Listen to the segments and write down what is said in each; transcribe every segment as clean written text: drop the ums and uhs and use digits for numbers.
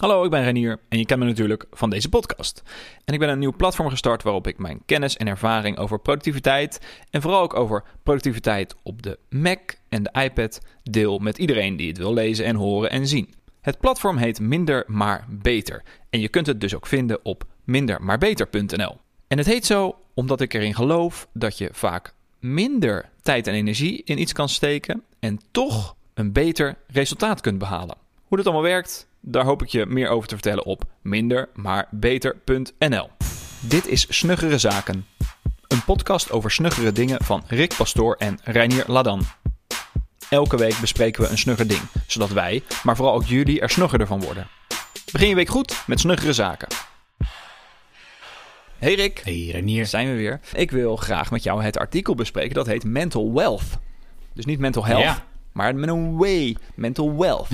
Hallo, ik ben Renier en je kent me natuurlijk van deze podcast. En ik ben een nieuw platform gestart waarop ik mijn kennis en ervaring over productiviteit en vooral ook over productiviteit op de Mac en de iPad deel met iedereen die het wil lezen en horen en zien. Het platform heet Minder Maar Beter en je kunt het dus ook vinden op mindermaarbeter.nl. En het heet zo omdat ik erin geloof dat je vaak minder tijd en energie in iets kan steken en toch een beter resultaat kunt behalen. Hoe dat allemaal werkt, daar hoop ik je meer over te vertellen op mindermaarbeter.nl. Dit is Snuggere Zaken. Een podcast over snuggere dingen van Rick Pastoor en Reinier Ladan. Elke week bespreken we een snugger ding, zodat wij, maar vooral ook jullie, er snuggerder van worden. Begin je week goed met Snuggere Zaken. Hey Rick. Hey Reinier. Zijn we weer. Ik wil graag met jou het artikel bespreken dat heet Mental Wealth. Dus niet mental health, maar met een way. Mental wealth.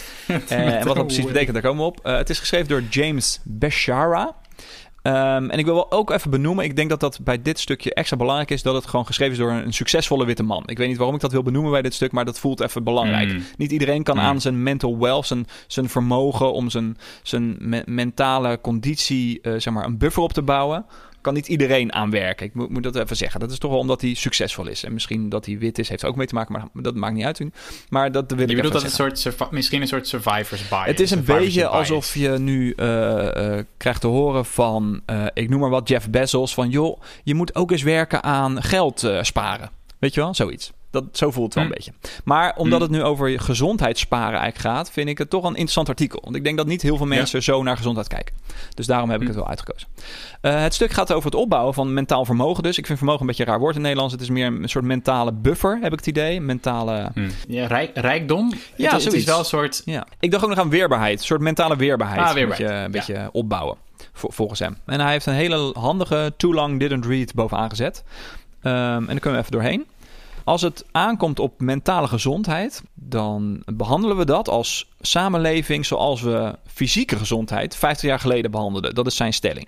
En wat dat precies betekent, daar komen we op. Het is geschreven door James Beshara. En ik wil wel ook even benoemen, ik denk dat dat bij dit stukje extra belangrijk is, dat het gewoon geschreven is door een succesvolle witte man. Ik weet niet waarom ik dat wil benoemen bij dit stuk, maar dat voelt even belangrijk. Niet iedereen kan aan zijn mental wealth, zijn vermogen om zijn mentale conditie, een buffer op te bouwen. Kan niet iedereen aanwerken. Ik moet dat even zeggen. Dat is toch wel omdat hij succesvol is. En misschien dat hij wit is, heeft er ook mee te maken. Maar dat maakt niet uit. Maar dat wil ik even zeggen. Misschien een soort survivor's bias. Het is een beetje alsof je nu krijgt te horen van, ik noem maar wat, Jeff Bezos. Van joh, je moet ook eens werken aan geld sparen. Weet je wel? Zoiets. Zo voelt het wel een beetje. Maar omdat het nu over je gezondheid sparen eigenlijk gaat, vind ik het toch een interessant artikel. Want ik denk dat niet heel veel mensen zo naar gezondheid kijken. Dus daarom heb ik het wel uitgekozen. Het stuk gaat over het opbouwen van mentaal vermogen. Dus ik vind vermogen een beetje een raar woord in het Nederlands. Het is meer een soort mentale buffer, heb ik het idee. Mentale... Ja, rijkdom? Ja, het is wel een soort... Ja. Ik dacht ook nog aan weerbaarheid. Een soort mentale weerbaarheid. Moet je een beetje opbouwen, volgens hem. En hij heeft een hele handige Too Long Didn't Read bovenaan gezet. En daar kunnen we even doorheen. Als het aankomt op mentale gezondheid, dan behandelen we dat als samenleving zoals we fysieke gezondheid 50 jaar geleden behandelden. Dat is zijn stelling.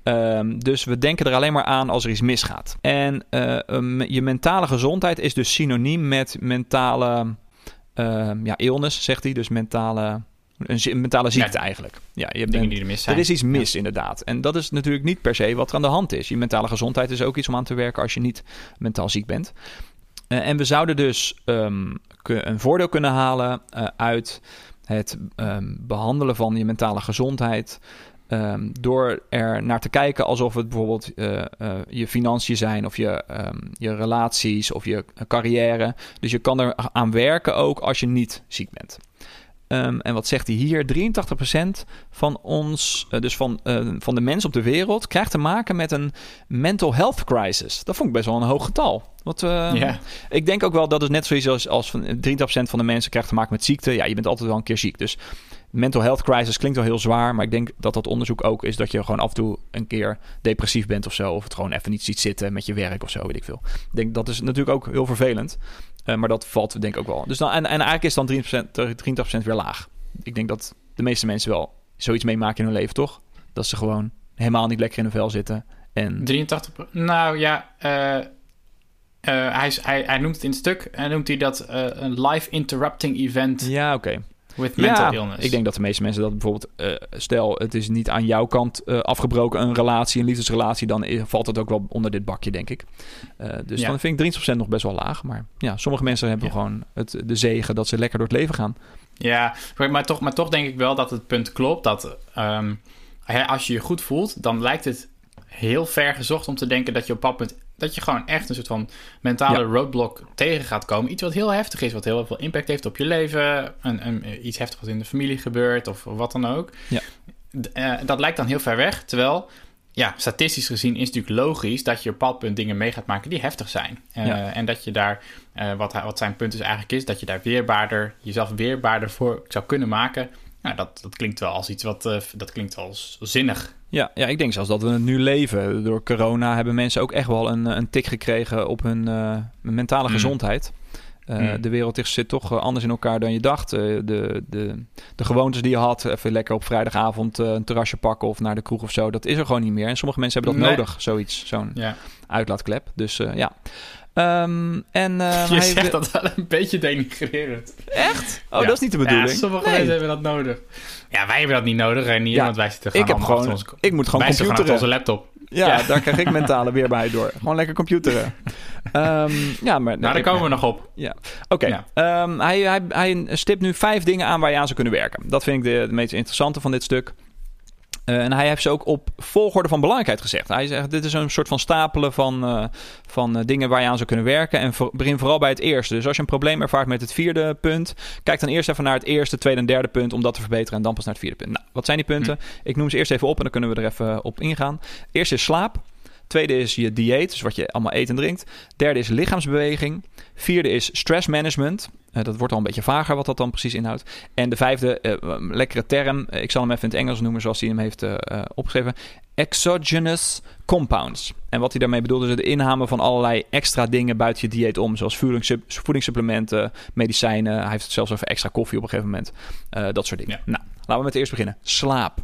Dus we denken er alleen maar aan als er iets misgaat. En je mentale gezondheid is dus synoniem met mentale illness, zegt hij. Dus mentale ziekte eigenlijk. Ja, je hebt dingen die er mis zijn. Er is iets mis, inderdaad. En dat is natuurlijk niet per se wat er aan de hand is. Je mentale gezondheid is ook iets om aan te werken als je niet mentaal ziek bent. En we zouden dus een voordeel kunnen halen uit het behandelen van je mentale gezondheid. Door er naar te kijken alsof het bijvoorbeeld je financiën zijn of je relaties of je carrière. Dus je kan er aan werken ook als je niet ziek bent. En wat zegt hij hier? 83% van ons, dus van de mensen op de wereld, krijgt te maken met een mental health crisis. Dat vond ik best wel een hoog getal. Ik denk ook wel dat het net zoiets als 23% van de mensen krijgt te maken met ziekte. Ja, je bent altijd wel een keer ziek. Dus mental health crisis klinkt wel heel zwaar. Maar ik denk dat dat onderzoek ook is dat je gewoon af en toe een keer depressief bent of zo. Of het gewoon even niet ziet zitten met je werk of zo, weet ik veel. Ik denk dat is natuurlijk ook heel vervelend. Maar dat valt denk ik ook wel. Dus dan, en eigenlijk is dan 23% weer laag. Ik denk dat de meeste mensen wel zoiets meemaken in hun leven, toch? Dat ze gewoon helemaal niet lekker in hun vel zitten. En... 83%? Nou ja, hij noemt het in het stuk. Hij noemt hij dat een life-interrupting event. Ja, oké. With mental illness. Ik denk dat de meeste mensen dat bijvoorbeeld... stel, het is niet aan jouw kant afgebroken, een relatie, een liefdesrelatie, dan valt het ook wel onder dit bakje, denk ik. Dan vind ik 23% nog best wel laag. Maar ja, sommige mensen hebben gewoon de zegen dat ze lekker door het leven gaan. Ja, maar toch denk ik wel dat het punt klopt. Dat als je je goed voelt, dan lijkt het heel ver gezocht om te denken dat je op dat punt... dat je gewoon echt een soort van mentale roadblock tegen gaat komen. Iets wat heel heftig is, wat heel veel impact heeft op je leven. Iets heftigs wat in de familie gebeurt of wat dan ook. Ja. Dat lijkt dan heel ver weg. Terwijl, statistisch gezien is het natuurlijk logisch dat je op een bepaald punt dingen mee gaat maken die heftig zijn. En dat je daar, wat zijn punt dus eigenlijk is, dat je daar jezelf weerbaarder voor zou kunnen maken. Nou, dat klinkt wel als iets dat klinkt wel als zinnig. Ja, ik denk zelfs dat we het nu leven. Door corona hebben mensen ook echt wel een tik gekregen op hun mentale gezondheid. De wereld zit toch anders in elkaar dan je dacht. De gewoontes die je had, even lekker op vrijdagavond een terrasje pakken of naar de kroeg of zo, dat is er gewoon niet meer. En sommige mensen hebben dat nodig, zo'n uitlaatklep. Dus Je zegt dat wel een beetje denigrerend. Echt? Oh, dat is niet de bedoeling. Ja, sommige mensen hebben dat nodig. Ja, wij hebben dat niet nodig, Renier, want wij zitten gewoon ik moet gewoon computeren. Achter onze laptop. Ja, daar krijg ik mentale weerbaarheid door. Gewoon lekker computeren. Maar daar komen we nog op. Ja. Oké. Ja. Hij stipt nu 5 dingen aan waar je aan zou kunnen werken. Dat vind ik de meest interessante van dit stuk. En hij heeft ze ook op volgorde van belangrijkheid gezegd. Hij zegt, dit is een soort van stapelen van dingen waar je aan zou kunnen werken. En begin vooral bij het eerste. Dus als je een probleem ervaart met het 4e punt, kijk dan eerst even naar het eerste, tweede en derde punt om dat te verbeteren. En dan pas naar het 4e punt. Nou, wat zijn die punten? Ik noem ze eerst even op en dan kunnen we er even op ingaan. Eerste is slaap. Tweede is je dieet, dus wat je allemaal eet en drinkt. Derde is lichaamsbeweging. Vierde is stressmanagement. Dat wordt al een beetje vager wat dat dan precies inhoudt. En de 5e, lekkere term. Ik zal hem even in het Engels noemen zoals hij hem heeft opgeschreven. Exogenous compounds. En wat hij daarmee bedoelt is het inhamen van allerlei extra dingen buiten je dieet om. Zoals voedingssupplementen, medicijnen. Hij heeft het zelfs over extra koffie op een gegeven moment. Dat soort dingen. Ja. Nou, laten we met eerst beginnen. Slaap.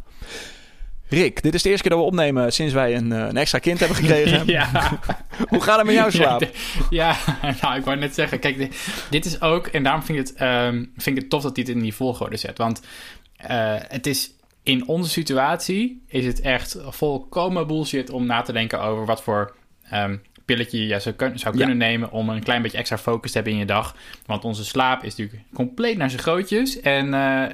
Rick, dit is de eerste keer dat we opnemen sinds wij een extra kind hebben gekregen. Ja. Hoe gaat het met jouw slaap? Ja, nou, ik wou net zeggen. Kijk, dit is ook... En daarom vind ik het tof dat hij het in die volgorde zet. Want het is... In onze situatie is het echt volkomen bullshit om na te denken over wat voor pilletje je zou kunnen nemen om een klein beetje extra focus te hebben in je dag. Want onze slaap is natuurlijk compleet naar zijn grootjes. En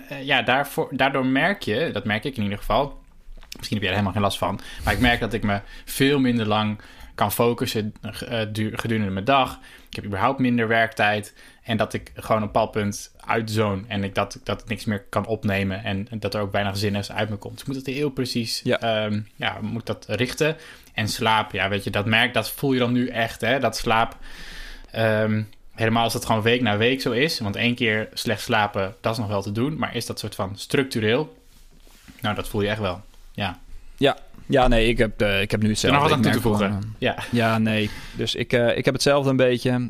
daardoor merk je, dat merk ik in ieder geval... Misschien heb jij er helemaal geen last van. Maar ik merk dat ik me veel minder lang kan focussen gedurende mijn dag. Ik heb überhaupt minder werktijd. En dat ik gewoon op een bepaald punt uitzone. En dat ik niks meer kan opnemen. En dat er ook weinig zinnigs uit me komt. Dus ik moet het heel precies moet dat richten. En slaap, ja, weet je, dat voel je dan nu echt. Hè? Dat slaap, helemaal als dat gewoon week na week zo is. Want 1 keer slecht slapen, dat is nog wel te doen. Maar is dat soort van structureel? Nou, dat voel je echt wel. Ja, nee, ik heb nu hetzelfde. Er nog wat aan toe te voegen? Ja, nee. Dus ik heb hetzelfde een beetje.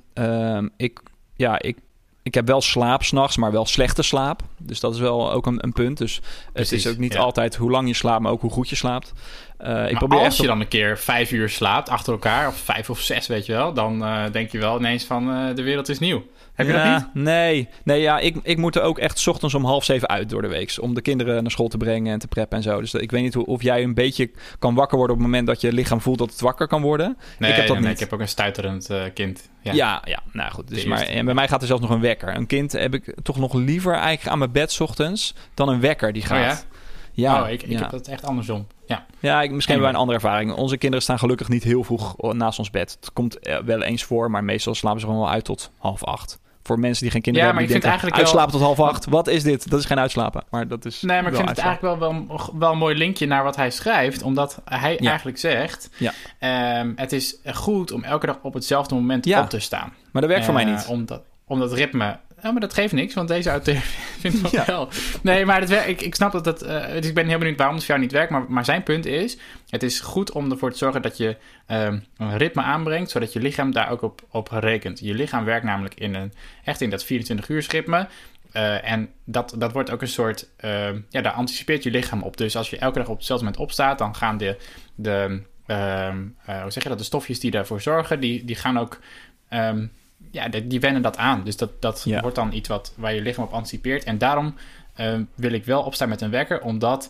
Ik heb wel slaap 's nachts, maar wel slechte slaap. Dus dat is wel ook een punt. Dus precies, het is ook niet altijd hoe lang je slaapt, maar ook hoe goed je slaapt. Als je dan een keer 5 uur slaapt achter elkaar, of 5 of 6, weet je wel, dan denk je wel ineens van de wereld is nieuw. Heb je dat niet? Nee, ja, ik moet er ook echt 's ochtends om 6:30 uit door de week. Om de kinderen naar school te brengen en te preppen en zo. Dus ik weet niet of jij een beetje kan wakker worden op het moment dat je lichaam voelt dat het wakker kan worden. Nee, ik heb dat niet. Ik heb ook een stuiterend kind. Ja, nou goed. Dus en bij mij gaat er zelfs nog een wekker. Een kind heb ik toch nog liever eigenlijk aan mijn bed 's ochtends dan een wekker die gaat. Ik heb dat echt andersom. Ja, misschien hebben wij een andere ervaring. Onze kinderen staan gelukkig niet heel vroeg naast ons bed. Het komt wel eens voor, maar meestal slapen ze gewoon wel uit tot 7:30. Voor mensen die geen kinderen hebben, die denken, uitslapen tot 7:30. Wat is dit? Dat is geen uitslapen. Maar dat is ik vind het eigenlijk wel een mooi linkje naar wat hij schrijft. Omdat hij eigenlijk zegt... het is goed om elke dag op hetzelfde moment op te staan. Maar dat werkt voor mij niet. Om dat ritme... Ja, maar dat geeft niks, want deze auteur vindt het wel. Nee, maar ik snap dat het... dus ik ben heel benieuwd waarom het voor jou niet werkt. Maar zijn punt is... Het is goed om ervoor te zorgen dat je een ritme aanbrengt... zodat je lichaam daar ook op rekent. Je lichaam werkt namelijk in dat 24-uurs ritme. En dat wordt ook een soort... daar anticipeert je lichaam op. Dus als je elke dag op hetzelfde moment opstaat... dan gaan de stofjes die daarvoor zorgen... die gaan ook... die wennen dat aan. Dus dat wordt dan iets waar je lichaam op anticipeert. En daarom wil ik wel opstaan met een wekker. Omdat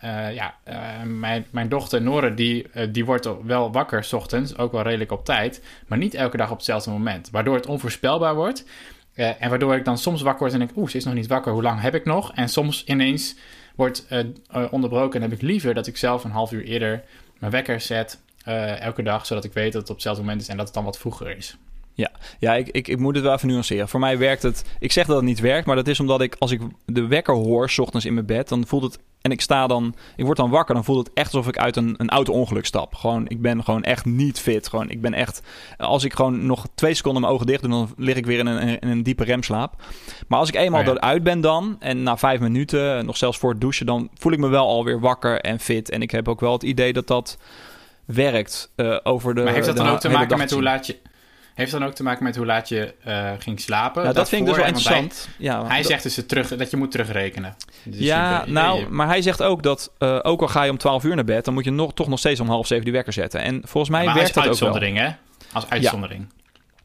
mijn dochter Nore, die wordt wel wakker 's ochtends. Ook wel redelijk op tijd. Maar niet elke dag op hetzelfde moment. Waardoor het onvoorspelbaar wordt. En waardoor ik dan soms wakker word en denk... ze is nog niet wakker. Hoe lang heb ik nog? En soms ineens wordt onderbroken. En heb ik liever dat ik zelf een half uur eerder mijn wekker zet. Elke dag. Zodat ik weet dat het op hetzelfde moment is. En dat het dan wat vroeger is. Ja, ik moet het wel even nuanceren. Voor mij werkt het... Ik zeg dat het niet werkt, maar dat is omdat als ik de wekker hoor... 's ochtends in mijn bed, dan voelt het... En ik word dan wakker, dan voelt het echt alsof ik uit een auto-ongeluk stap. Ik ben gewoon echt niet fit. Ik ben echt... Als ik gewoon nog 2 seconden mijn ogen dicht doe... dan lig ik weer in een diepe remslaap. Maar als ik eenmaal eruit ben dan... en na 5 minuten, nog zelfs voor het douchen... dan voel ik me wel alweer wakker en fit. En ik heb ook wel het idee dat werkt over de... Maar heeft dat dan ook te maken met hoe laat je... Heeft het dan ook te maken met hoe laat je ging slapen? Nou, dat vind ik dus wel interessant. Hij zegt dus dat je moet terugrekenen. Dus maar hij zegt ook dat... ook al ga je om 12 uur naar bed... dan moet je toch nog steeds om 6:30 die wekker zetten. En volgens mij werkt dat ook wel. Hè? Als uitzondering.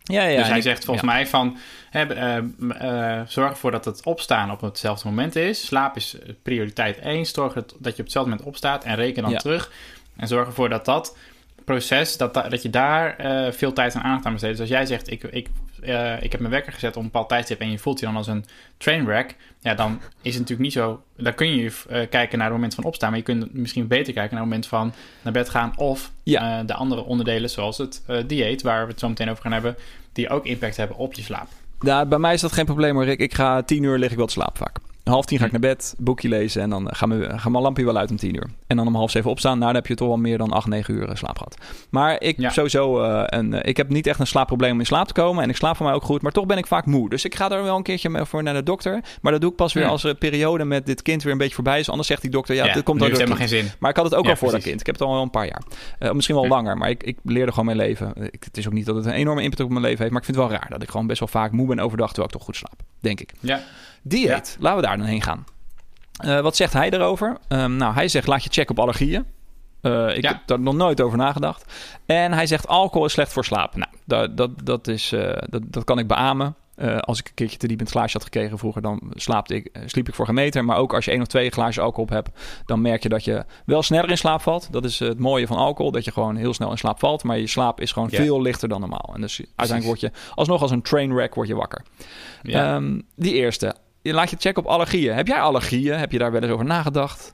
Dus hij zegt volgens mij van... zorg ervoor dat het opstaan op hetzelfde moment is. Slaap is prioriteit 1. Zorg dat je op hetzelfde moment opstaat en reken dan terug. En zorg ervoor dat proces, dat je daar veel tijd en aandacht aan besteedt. Dus als jij zegt, ik heb mijn wekker gezet op een bepaald tijdstip en je voelt je dan als een trainwreck, ja, dan is het natuurlijk niet zo. Dan kun je kijken naar het moment van opstaan, maar je kunt misschien beter kijken naar het moment van naar bed gaan of de andere onderdelen zoals het dieet, waar we het zo meteen over gaan hebben, die ook impact hebben op je slaap. Ja, bij mij is dat geen probleem hoor, Rick. Ik ga 10 uur lig ik wel te slapen vaak. 9:30 ga ik naar bed, boekje lezen en dan gaat mijn lampje wel uit om 10 uur. En dan om 6:30 opstaan. Nou, dan heb je toch wel meer dan 8, 9 uur slaap gehad. Maar ik heb niet echt een slaapprobleem om in slaap te komen. En ik slaap voor mij ook goed, maar toch ben ik vaak moe. Dus ik ga er wel een keertje voor naar de dokter. Maar dat doe ik pas weer als de periode met dit kind weer een beetje voorbij is. Anders zegt die dokter, dit komt door het kind. Geen zin. Maar ik had het ook al voor dat kind. Ik heb het al een paar jaar. Misschien wel langer, maar ik leerde gewoon mijn leven. Het is ook niet dat het een enorme impact op mijn leven heeft. Maar ik vind het wel raar dat ik gewoon best wel vaak moe ben overdag, terwijl ik toch goed slaap. Denk ik. Ja. Dieet, laten we daar dan heen gaan. Wat zegt hij erover? Hij zegt, laat je checken op allergieën. Ik heb daar nog nooit over nagedacht. En hij zegt, alcohol is slecht voor slaap. Nou, dat kan ik beamen. Als ik een keertje te diep in het glaasje had gekregen vroeger, dan sliep ik voor geen meter. Maar ook als je 1 of 2 glaasjes alcohol op hebt, dan merk je dat je wel sneller in slaap valt. Dat is het mooie van alcohol, dat je gewoon heel snel in slaap valt. Maar je slaap is gewoon veel lichter dan normaal. En dus uiteindelijk word je alsnog als een trainwreck wakker. Ja. Die eerste. Je laat je checken op allergieën. Heb jij allergieën? Heb je daar wel eens over nagedacht?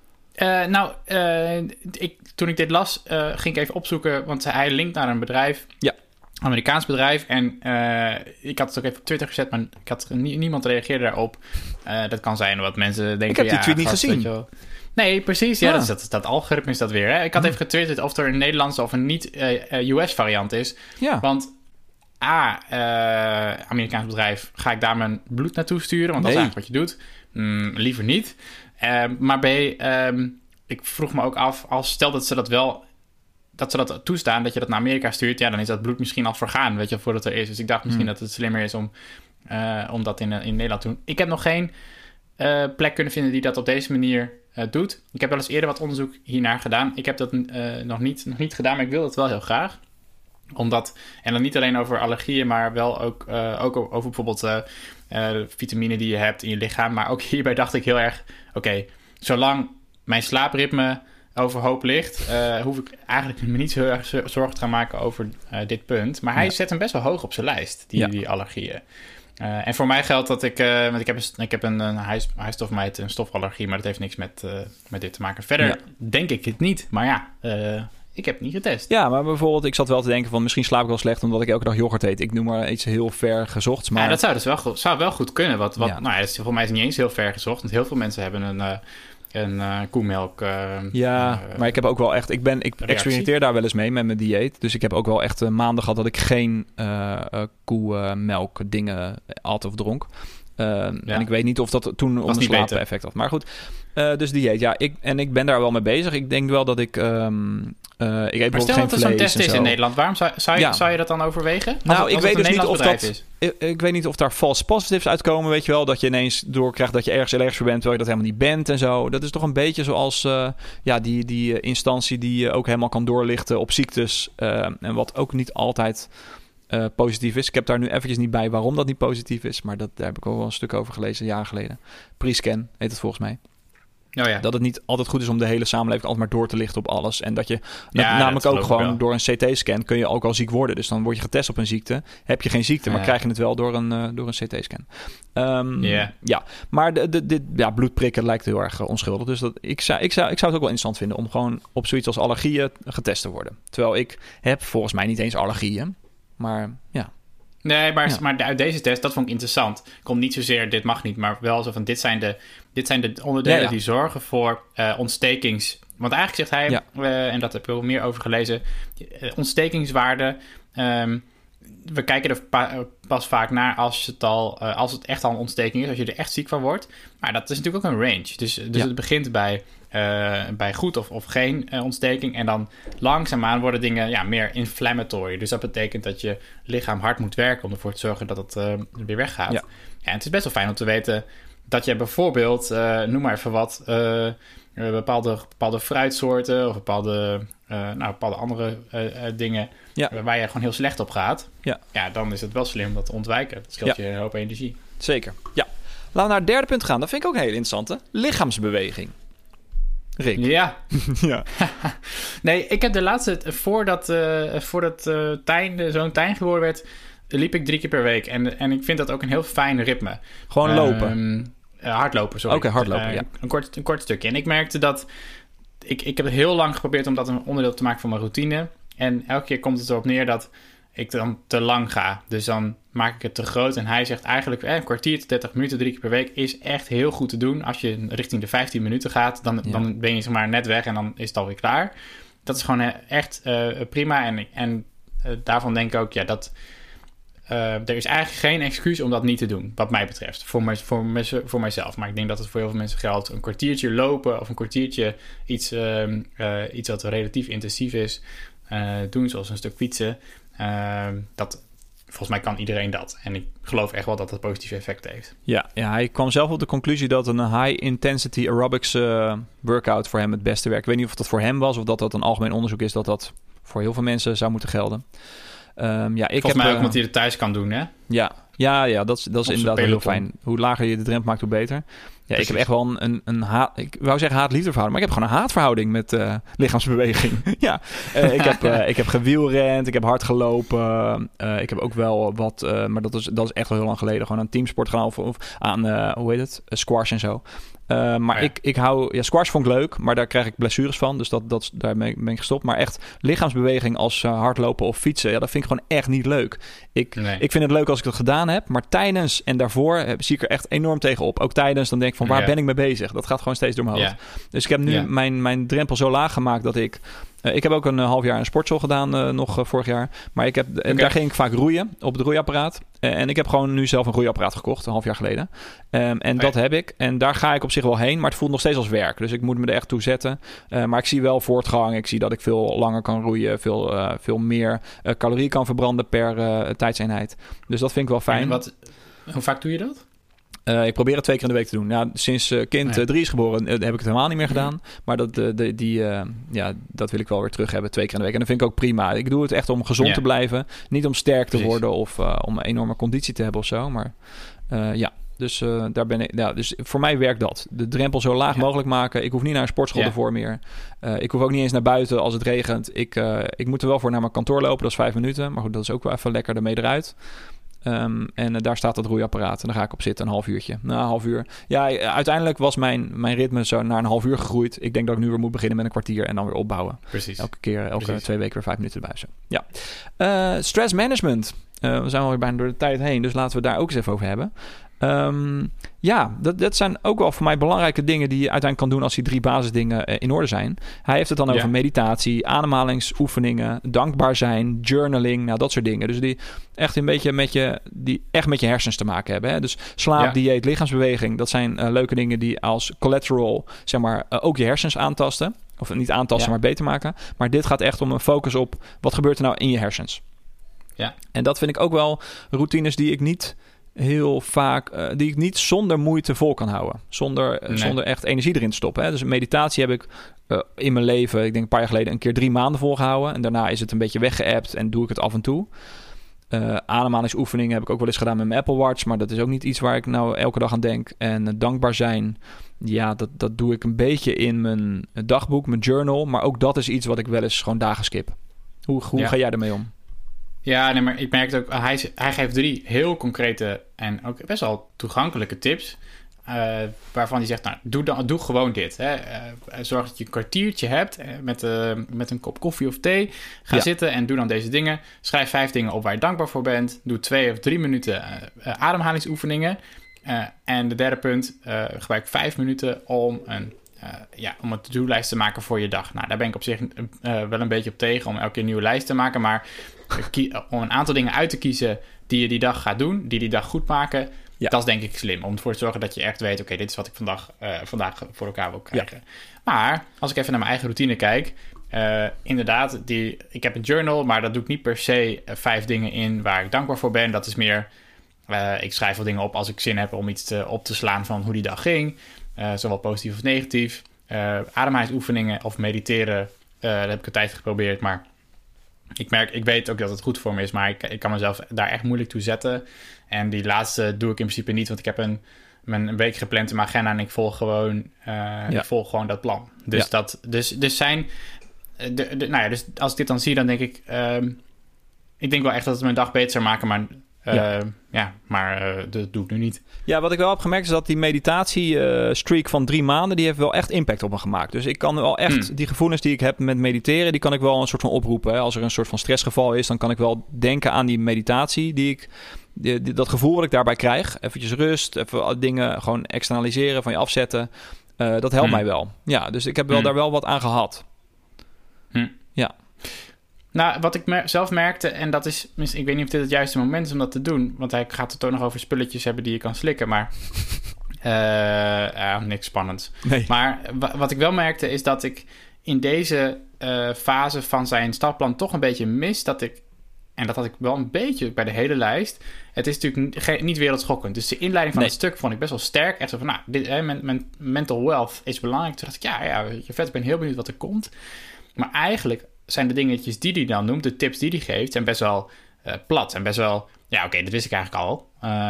Toen ik dit las, ging ik even opzoeken, want hij linkt naar een bedrijf. Ja. Amerikaans bedrijf. En ik had het ook even op Twitter gezet, maar niemand reageerde daarop. Dat kan zijn wat mensen denken. Ik heb die tweet niet gezien. Nee, precies. Ja, dat algoritme is dat weer. Hè? Ik had even getwitterd of er een Nederlandse of een niet-US variant is. Ja. Want Amerikaans bedrijf, ga ik daar mijn bloed naartoe sturen? Want dat is eigenlijk wat je doet. Liever niet. Maar B, ik vroeg me ook af, stel dat ze dat toestaan, dat je dat naar Amerika stuurt, ja, dan is dat bloed misschien al vergaan, weet je, voordat er is. Dus ik dacht misschien dat het slimmer is om dat in Nederland te doen. Ik heb nog geen plek kunnen vinden die dat op deze manier doet. Ik heb wel eens eerder wat onderzoek hiernaar gedaan. Ik heb dat nog niet gedaan, maar ik wil dat wel heel graag. Omdat, en dan niet alleen over allergieën, maar wel ook over bijvoorbeeld vitamine die je hebt in je lichaam. Maar ook hierbij dacht ik heel erg, oké, zolang mijn slaapritme overhoop ligt, hoef ik eigenlijk me niet zo heel erg zorgen te gaan maken over dit punt. Maar hij zet hem best wel hoog op zijn lijst, die allergieën. En voor mij geldt dat want ik heb hij stof mij een stofallergie, maar dat heeft niks met dit te maken. Verder denk ik het niet, maar ik heb het niet getest. Ja, maar bijvoorbeeld, ik zat wel te denken van misschien slaap ik wel slecht omdat ik elke dag yoghurt eet. Ik noem maar iets heel ver gezochts. Maar... Ja, dat zou wel goed kunnen. Nou ja, voor mij is het niet eens heel ver gezocht. Want heel veel mensen hebben een koemelk. Maar ik heb ook wel echt... Ik experimenteer daar wel eens mee met mijn dieet. Dus ik heb ook wel echt maanden gehad dat ik geen koemelk dingen at of dronk. En ik weet niet of dat toen om de slaap effect had. Maar goed, dus dieet. Ja, ik ben daar wel mee bezig. Ik denk wel dat ik... ik eet maar stel dat er zo'n test is in Nederland. Waarom zou je dat dan overwegen? Ik weet dus niet of dat... Ik weet niet of daar false positives uitkomen, weet je wel. Dat je ineens doorkrijgt dat je ergens allergisch voor bent, terwijl je dat helemaal niet bent en zo. Dat is toch een beetje zoals die instantie die ook helemaal kan doorlichten op ziektes. En wat ook niet altijd... positief is. Ik heb daar nu eventjes niet bij waarom dat niet positief is, maar daar heb ik ook wel een stuk over gelezen, jaren geleden. Pre-scan heet het volgens mij. Oh ja. Dat het niet altijd goed is om de hele samenleving altijd maar door te lichten op alles. En dat je namelijk ook gewoon door een CT-scan kun je ook al ziek worden. Dus dan word je getest op een ziekte. Heb je geen ziekte, maar krijg je het wel door een CT-scan. Maar bloedprikken lijkt heel erg onschuldig. Dus ik zou het ook wel interessant vinden om gewoon op zoiets als allergieën getest te worden. Terwijl ik heb volgens mij niet eens allergieën. Maar ja. Nee, maar uit deze test, dat vond ik interessant. Komt niet zozeer, dit mag niet, maar wel zo van, dit zijn de onderdelen die zorgen voor ontstekings... Want eigenlijk zegt hij, en dat heb ik wel meer over gelezen, ontstekingswaarde... we kijken er pas vaak naar als het echt al een ontsteking is, als je er echt ziek van wordt. Maar dat is natuurlijk ook een range. Dus het begint bij goed of geen ontsteking. En dan langzaamaan worden dingen meer inflammatory. Dus dat betekent dat je lichaam hard moet werken om ervoor te zorgen dat het weer weggaat. Ja, en het is best wel fijn om te weten dat je bijvoorbeeld, noem maar even wat... bepaalde fruitsoorten of bepaalde andere dingen waar je gewoon heel slecht op gaat. Ja, dan is het wel slim om dat te ontwijken. Dat scheelt je een hoop energie. Zeker, ja. Laten we naar het derde punt gaan. Dat vind ik ook een hele interessante. Lichaamsbeweging. Rick. Ja. Ja. Nee, ik heb de laatste... Voordat Tijn zo'n Tijn geboren werd, liep ik 3 keer per week. En ik vind dat ook een heel fijn ritme. Gewoon lopen? Hardlopen, sorry. Oké, hardlopen, ja. Een kort stukje. En ik merkte dat... Ik heb heel lang geprobeerd om dat een onderdeel te maken van mijn routine. En elke keer komt het erop neer dat ik dan te lang ga. Dus dan maak ik het te groot. En hij zegt eigenlijk een kwartier tot 30 minuten 3 keer per week is echt heel goed te doen. Als je richting de 15 minuten gaat, dan ben je zeg maar net weg en dan is het alweer klaar. Dat is gewoon echt prima. En daarvan denk ik ook, dat er is eigenlijk geen excuus om dat niet te doen, wat mij betreft. Voor mijzelf. Maar ik denk dat het voor heel veel mensen geldt. Een kwartiertje lopen of een kwartiertje iets wat relatief intensief is doen, zoals een stuk fietsen. Volgens mij kan iedereen dat. En ik geloof echt wel dat dat positieve effect heeft. Ja, hij kwam zelf op de conclusie dat een high-intensity aerobics workout voor hem het beste werkt. Ik weet niet of dat voor hem was of dat een algemeen onderzoek is dat voor heel veel mensen zou moeten gelden. Volgens mij ook omdat hij het thuis kan doen, hè? Ja, dat is inderdaad heel fijn. Hoe lager je de drempel maakt, hoe beter. Ja, ik heb echt wel een ik wou zeggen haat-liefde verhouding, maar ik heb gewoon een haatverhouding met lichaamsbeweging. Ja, ik heb gewielrend, ik heb hard gelopen, ik heb ook wel wat, maar dat is echt wel heel lang geleden, gewoon aan teamsport gaan of aan, squash en zo. Maar ik hou... Ja, squash vond ik leuk, maar daar krijg ik blessures van. Dus daar ben ik gestopt. Maar echt lichaamsbeweging als hardlopen of fietsen... Ja, dat vind ik gewoon echt niet leuk. Ik vind het leuk als ik dat gedaan heb. Maar tijdens en daarvoor zie ik er echt enorm tegen op. Ook tijdens, dan denk ik van waar ben ik mee bezig? Dat gaat gewoon steeds door mijn hoofd. Dus ik heb nu mijn drempel zo laag gemaakt dat ik... Ik heb ook een half jaar een sportschool gedaan nog vorig jaar. Maar daar ging ik vaak roeien op het roeiapparaat. En ik heb gewoon nu zelf een roeiapparaat gekocht, een half jaar geleden. Dat heb ik. En daar ga ik op zich wel heen, maar het voelt nog steeds als werk. Dus ik moet me er echt toe zetten. Maar ik zie wel voortgang. Ik zie dat ik veel langer kan roeien. Veel meer calorieën kan verbranden per tijdseenheid. Dus dat vind ik wel fijn. En hoe vaak doe je dat? Ik probeer het 2 keer in de week te doen. Ja, sinds kind 3 is geboren heb ik het helemaal niet meer gedaan. Maar dat wil ik wel weer terug hebben 2 keer in de week. En dat vind ik ook prima. Ik doe het echt om gezond te blijven. Niet om sterk te worden of om een enorme conditie te hebben of zo. Maar dus daar ben ik. Ja, dus voor mij werkt dat. De drempel zo laag mogelijk maken. Ik hoef niet naar een sportschool ervoor meer. Ik hoef ook niet eens naar buiten als het regent. Ik moet er wel voor naar mijn kantoor lopen. Dat is 5 minuten. Maar goed, dat is ook wel even lekker ermee eruit. En daar staat het roeiapparaat. En daar ga ik op zitten, een half uurtje. Nou, een half uur. Ja, uiteindelijk was mijn ritme zo naar een half uur gegroeid. Ik denk dat ik nu weer moet beginnen met een kwartier en dan weer opbouwen. Precies. Elke 2 weken weer 5 minuten erbij. Zo. Ja. Stress management. We zijn alweer bijna door de tijd heen. Dus laten we het daar ook eens even over hebben. Dat zijn ook wel voor mij belangrijke dingen die je uiteindelijk kan doen als die 3 basisdingen in orde zijn. Hij heeft het dan over meditatie, ademhalingsoefeningen, dankbaar zijn, journaling, nou dat soort dingen. Dus die echt een beetje met je hersens te maken hebben. Hè? Dus slaap, dieet, lichaamsbeweging, dat zijn leuke dingen die als collateral, zeg maar, ook je hersens aantasten. Of niet aantasten, maar beter maken. Maar dit gaat echt om een focus op wat gebeurt er nou in je hersens. Ja. En dat vind ik ook wel routines die ik niet heel vaak, die ik niet zonder moeite vol kan houden. Zonder echt energie erin te stoppen. Hè. Dus meditatie heb ik in mijn leven, ik denk een paar jaar geleden, een keer 3 maanden volgehouden. En daarna is het een beetje weggeëpt en doe ik het af en toe. Ademhalingsoefeningen heb ik ook wel eens gedaan met mijn Apple Watch. Maar dat is ook niet iets waar ik nou elke dag aan denk. En dankbaar zijn, ja, dat doe ik een beetje in mijn dagboek, mijn journal. Maar ook dat is iets wat ik wel eens gewoon dagen skip. Hoe ga jij ermee om? Ja, nee, maar ik merk het ook. Hij geeft 3 heel concrete en ook best wel toegankelijke tips. Waarvan hij zegt, nou, doe gewoon dit. Hè. Zorg dat je een kwartiertje hebt met een kop koffie of thee. Ga zitten en doe dan deze dingen. Schrijf 5 dingen op waar je dankbaar voor bent. Doe 2 of 3 minuten ademhalingsoefeningen. En de derde punt, gebruik 5 minuten om een to-do-lijst te maken voor je dag. Nou, daar ben ik op zich wel een beetje op tegen om elke keer een nieuwe lijst te maken. Maar om een aantal dingen uit te kiezen die je die dag gaat doen, die dag goed maken, dat is denk ik slim. Om ervoor te zorgen dat je echt weet, oké, dit is wat ik vandaag voor elkaar wil krijgen. Ja. Maar als ik even naar mijn eigen routine kijk, inderdaad, ik heb een journal, maar dat doe ik niet per se 5 dingen in waar ik dankbaar voor ben. Dat is meer, ik schrijf wel dingen op als ik zin heb om iets op te slaan van hoe die dag ging. Zowel positief als negatief. ademhalingsoefeningen of mediteren. Dat heb ik een tijd geprobeerd, maar ik weet ook dat het goed voor me is, maar ik kan mezelf daar echt moeilijk toe zetten. En die laatste doe ik in principe niet, want ik heb een week gepland in mijn agenda en ik volg gewoon, ik volg gewoon dat plan. Dus dus als ik dit dan zie, dan denk ik denk wel echt dat het mijn dag beter zou maken, maar dat doe ik nu niet. Ja, wat ik wel heb gemerkt is dat die meditatie-streak van 3 maanden... die heeft wel echt impact op me gemaakt. Dus ik kan wel echt die gevoelens die ik heb met mediteren... die kan ik wel een soort van oproepen. Hè. Als er een soort van stressgeval is... dan kan ik wel denken aan die meditatie... dat gevoel wat ik daarbij krijg. Eventjes rust, even dingen gewoon externaliseren... van je afzetten. Dat helpt mij wel. Ja, dus ik heb wel daar wel wat aan gehad. Ja. Nou, wat ik zelf merkte, en dat is... Ik weet niet of dit het juiste moment is om dat te doen... want hij gaat het ook nog over spulletjes hebben die je kan slikken, maar... niks spannends. Nee. Maar wat ik wel merkte is dat ik in deze fase van zijn stappenplan toch een beetje mis... En dat had ik wel een beetje bij de hele lijst. Het is natuurlijk niet wereldschokkend. Dus de inleiding van het stuk vond ik best wel sterk. Echt zo van, mijn mental wealth is belangrijk. Toen dacht ik, vet, ik ben heel benieuwd wat er komt. Maar eigenlijk zijn de dingetjes die hij dan noemt... de tips die hij geeft, zijn best wel plat. En best wel, dat wist ik eigenlijk al.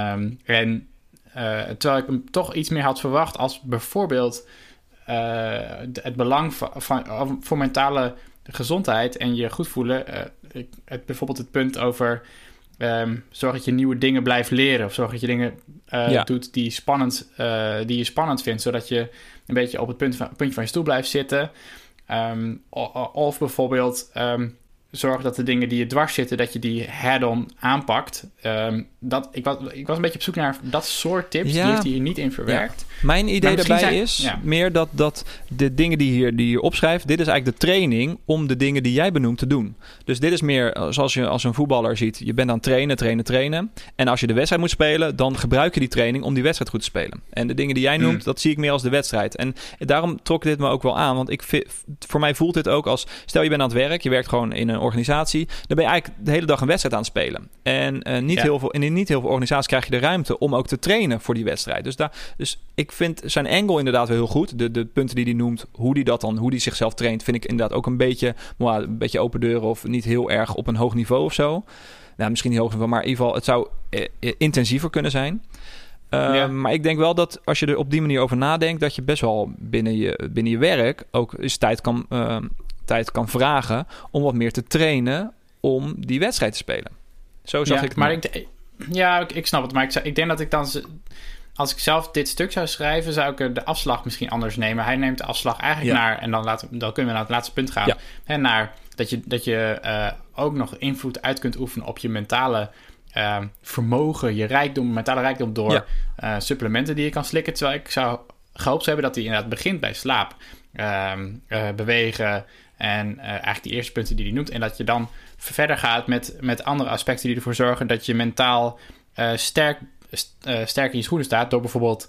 Terwijl ik hem toch iets meer had verwacht... als bijvoorbeeld het belang voor mentale gezondheid... en je goed voelen... bijvoorbeeld het punt over... zorg dat je nieuwe dingen blijft leren... of zorg dat je dingen doet die je spannend vindt... zodat je een beetje op het puntje van je stoel blijft zitten... of bijvoorbeeld zorg dat de dingen die je dwars zitten... dat je die head-on aanpakt. Ik was een beetje op zoek naar dat soort tips. Die heeft hij hier niet in verwerkt. Ja. Mijn idee daarbij is meer dat de dingen die je hier opschrijft... dit is eigenlijk de training om de dingen die jij benoemt te doen. Dus dit is meer zoals je als een voetballer ziet... je bent aan het trainen. En als je de wedstrijd moet spelen... dan gebruik je die training om die wedstrijd goed te spelen. En de dingen die jij noemt, dat zie ik meer als de wedstrijd. En daarom trok dit me ook wel aan. Want voor mij voelt dit ook als... stel je bent aan het werk, je werkt gewoon in een organisatie... dan ben je eigenlijk de hele dag een wedstrijd aan het spelen. En in niet heel veel organisaties krijg je de ruimte... om ook te trainen voor die wedstrijd. Dus ik vind zijn angle inderdaad wel heel goed. De punten die hij noemt, hoe die zichzelf traint... vind ik inderdaad ook een beetje open deuren... of niet heel erg op een hoog niveau of zo. Nou, misschien niet hoog niveau, maar in ieder geval... het zou intensiever kunnen zijn. Maar ik denk wel dat als je er op die manier over nadenkt... dat je best wel binnen je werk ook eens tijd kan vragen... om wat meer te trainen om die wedstrijd te spelen. Zo zag ik het. Maar ik snap het. Maar ik denk dat ik dan... Als ik zelf dit stuk zou schrijven... zou ik de afslag misschien anders nemen. Hij neemt de afslag eigenlijk naar... en dan kunnen we naar het laatste punt gaan. Ja. Hè, naar dat je ook nog invloed uit kunt oefenen... op je mentale vermogen, je mentale rijkdom... door supplementen die je kan slikken. Terwijl ik zou gehoopt hebben dat hij inderdaad begint bij slaap. Bewegen... En eigenlijk die eerste punten die hij noemt. En dat je dan verder gaat met andere aspecten die ervoor zorgen... dat je mentaal sterk in je schoenen staat... door bijvoorbeeld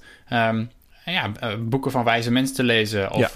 boeken van wijze mensen te lezen... of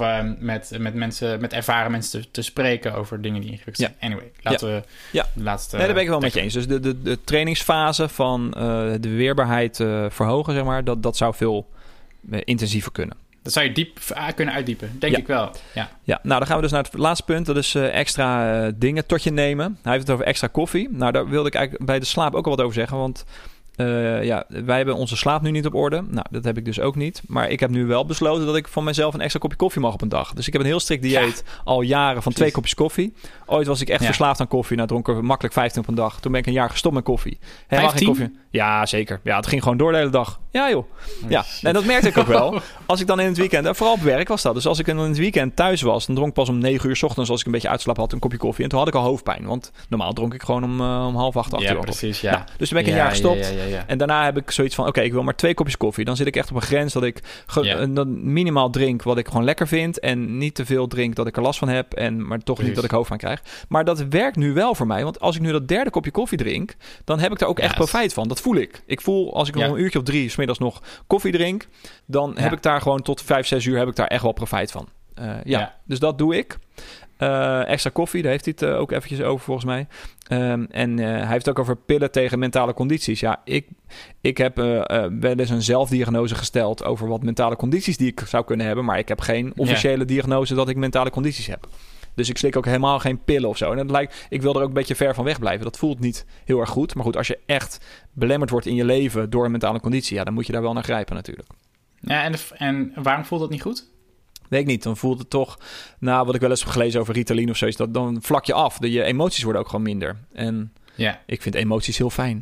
met ervaren mensen te spreken over dingen die ingewikkeld zijn. Anyway, laten we de laatste... Nee, daar ben ik wel met je eens. Dus de trainingsfase van de weerbaarheid verhogen, zeg maar... dat zou veel intensiever kunnen. Dat zou je kunnen uitdiepen, denk ik wel. Ja, nou dan gaan we dus naar het laatste punt. Dat is extra dingen tot je nemen. Hij heeft het over extra koffie. Nou, daar wilde ik eigenlijk bij de slaap ook al wat over zeggen. Want wij hebben onze slaap nu niet op orde. Nou, dat heb ik dus ook niet. Maar ik heb nu wel besloten dat ik van mezelf een extra kopje koffie mag op een dag. Dus ik heb een heel strikt dieet al jaren van 2 kopjes koffie. Ooit was ik echt verslaafd aan koffie. Nou, dronk ik makkelijk 15 op een dag. Toen ben ik een jaar gestopt met koffie. 15? Koffie? Ja, zeker. Ja, het ging gewoon door de hele dag. Ja, joh. Ja, en dat merkte ik ook wel. Als ik dan in het weekend, vooral op werk was dat. Dus als ik in het weekend thuis was, dan dronk ik pas om 9 uur 's ochtends, als ik een beetje uitslapen had, een kopje koffie. En toen had ik al hoofdpijn. Want normaal dronk ik gewoon om 7:30, 8 uur. Ja, precies, ja. Nou, dus toen ben ik een jaar gestopt. Ja. En daarna heb ik zoiets van, oké, ik wil maar 2 kopjes koffie. Dan zit ik echt op een grens dat ik dan minimaal drink wat ik gewoon lekker vind. En niet te veel drink dat ik er last van heb. Maar toch niet dat ik hoofdpijn krijg. Maar dat werkt nu wel voor mij. Want als ik nu dat 3e kopje koffie drink, dan heb ik daar ook echt profijt van. Dat voel ik. Ik voel, als ik nog een uurtje of 3 's middags nog koffie drink, dan heb ik daar gewoon tot 5, 6 uur heb ik daar echt wel profijt van. Dus dat doe ik. Extra koffie, daar heeft hij het ook eventjes over volgens mij. En hij heeft het ook over pillen tegen mentale condities. Ja, ik heb wel eens een zelfdiagnose gesteld over wat mentale condities die ik zou kunnen hebben. Maar ik heb geen officiële diagnose dat ik mentale condities heb. Dus ik slik ook helemaal geen pillen of zo. En ik wil er ook een beetje ver van weg blijven. Dat voelt niet heel erg goed. Maar goed, als je echt belemmerd wordt in je leven door een mentale conditie, ja, dan moet je daar wel naar grijpen natuurlijk. Ja, en waarom voelt dat niet goed? Weet ik niet, dan voelt het toch... Nou, wat ik wel eens heb gelezen over Ritalin of zo... is dat dan vlak je af. Je emoties worden ook gewoon minder. En ik vind emoties heel fijn.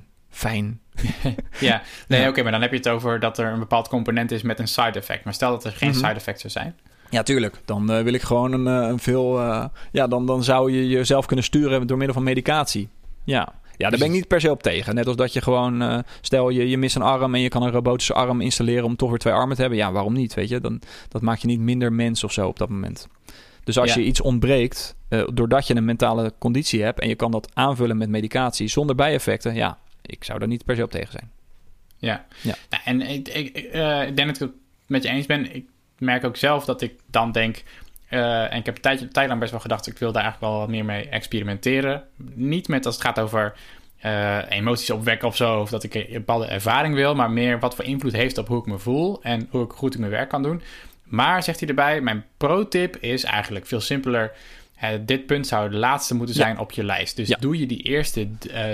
Oké, maar dan heb je het over dat er een bepaald component is met een side effect. Maar stel dat er geen side effect zou zijn. Ja, tuurlijk. Dan wil ik gewoon een veel... Dan zou je jezelf kunnen sturen door middel van medicatie. Ja, daar ben ik niet per se op tegen. Net als dat je gewoon... stel, je mist een arm en je kan een robotische arm installeren... om toch weer 2 armen te hebben. Ja, waarom niet, weet je? Dat maakt je niet minder mens of zo op dat moment. Dus als je iets ontbreekt... doordat je een mentale conditie hebt... en je kan dat aanvullen met medicatie zonder bijeffecten... ja, ik zou daar niet per se op tegen zijn. Ja. Nou, en ik denk dat ik het met je eens ben. Ik merk ook zelf dat ik dan denk... en ik heb een tijd lang best wel gedacht... ik wil daar eigenlijk wel wat meer mee experimenteren. Niet met als het gaat over emoties opwekken of zo... of dat ik een bepaalde ervaring wil... maar meer wat voor invloed heeft op hoe ik me voel... en hoe ik goed in mijn werk kan doen. Maar, zegt hij erbij... mijn pro-tip is eigenlijk veel simpeler... dit punt zou de laatste moeten zijn op je lijst. Dus doe je die eerste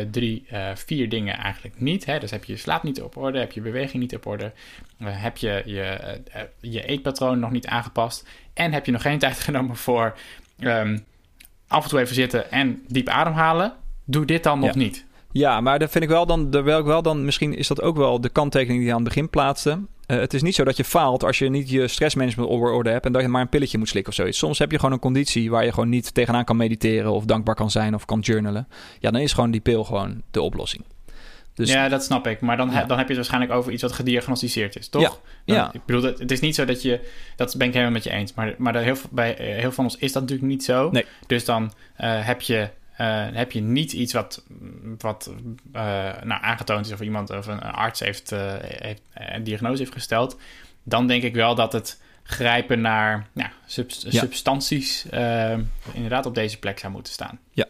4 dingen eigenlijk niet. Hè? Dus heb je je slaap niet op orde, heb je beweging niet op orde... heb je je eetpatroon nog niet aangepast... en heb je nog geen tijd genomen voor af en toe even zitten en diep ademhalen... doe dit dan nog niet. Ja, maar dat vind ik wel dan... misschien is dat ook wel de kanttekening die je aan het begin plaatste... het is niet zo dat je faalt als je niet je stressmanagement op orde hebt... en dat je maar een pilletje moet slikken of zoiets. Soms heb je gewoon een conditie waar je gewoon niet tegenaan kan mediteren... of dankbaar kan zijn of kan journalen. Ja, dan is gewoon die pil gewoon de oplossing. Dus, ja, dat snap ik. Maar dan heb je het waarschijnlijk over iets wat gediagnosticeerd is, toch? Ja. Ik bedoel, het is niet zo dat je... Dat ben ik helemaal met je eens. Maar bij heel veel van ons is dat natuurlijk niet zo. Nee. Dus dan heb je niet iets wat aangetoond is... of iemand of een arts heeft een diagnose heeft gesteld... dan denk ik wel dat het grijpen naar substanties... inderdaad op deze plek zou moeten staan. Ja.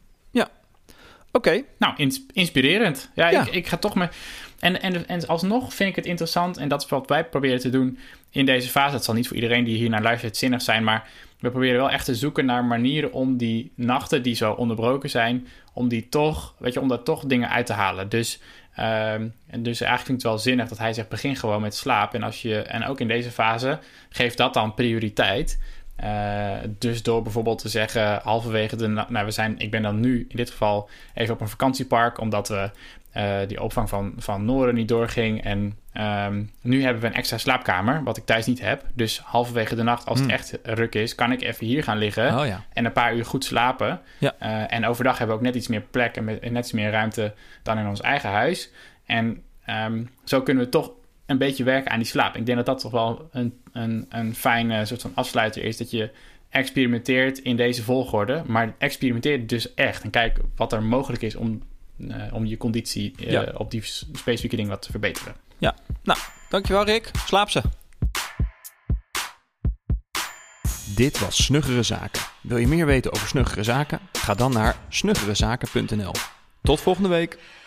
Oké. Nou, inspirerend. Ja. Ik ga toch me... En alsnog vind ik het interessant... en dat is wat wij proberen te doen in deze fase. Het zal niet voor iedereen die hier naar luistert zinnig zijn... maar we proberen wel echt te zoeken naar manieren... om die nachten die zo onderbroken zijn... om daar toch dingen uit te halen. Dus eigenlijk vind ik het wel zinnig dat hij zegt... begin gewoon met slaap. En ook in deze fase, geef dat dan prioriteit... dus door bijvoorbeeld te zeggen halverwege ik ben dan nu in dit geval even op een vakantiepark omdat we die opvang van Noren niet doorging en nu hebben we een extra slaapkamer wat ik thuis niet heb, dus halverwege de nacht als het echt ruk is, kan ik even hier gaan liggen en een paar uur goed slapen en overdag hebben we ook net iets meer plek en net iets meer ruimte dan in ons eigen huis en zo kunnen we toch een beetje werken aan die slaap. Ik denk dat dat toch wel een fijne soort van afsluiter is... dat je experimenteert in deze volgorde... maar experimenteer dus echt... en kijk wat er mogelijk is om je conditie... op die specifieke dingen wat te verbeteren. Ja, nou, dankjewel Rick. Slaap ze. Dit was Snuggere Zaken. Wil je meer weten over Snuggere Zaken? Ga dan naar snuggerezaken.nl. Tot volgende week.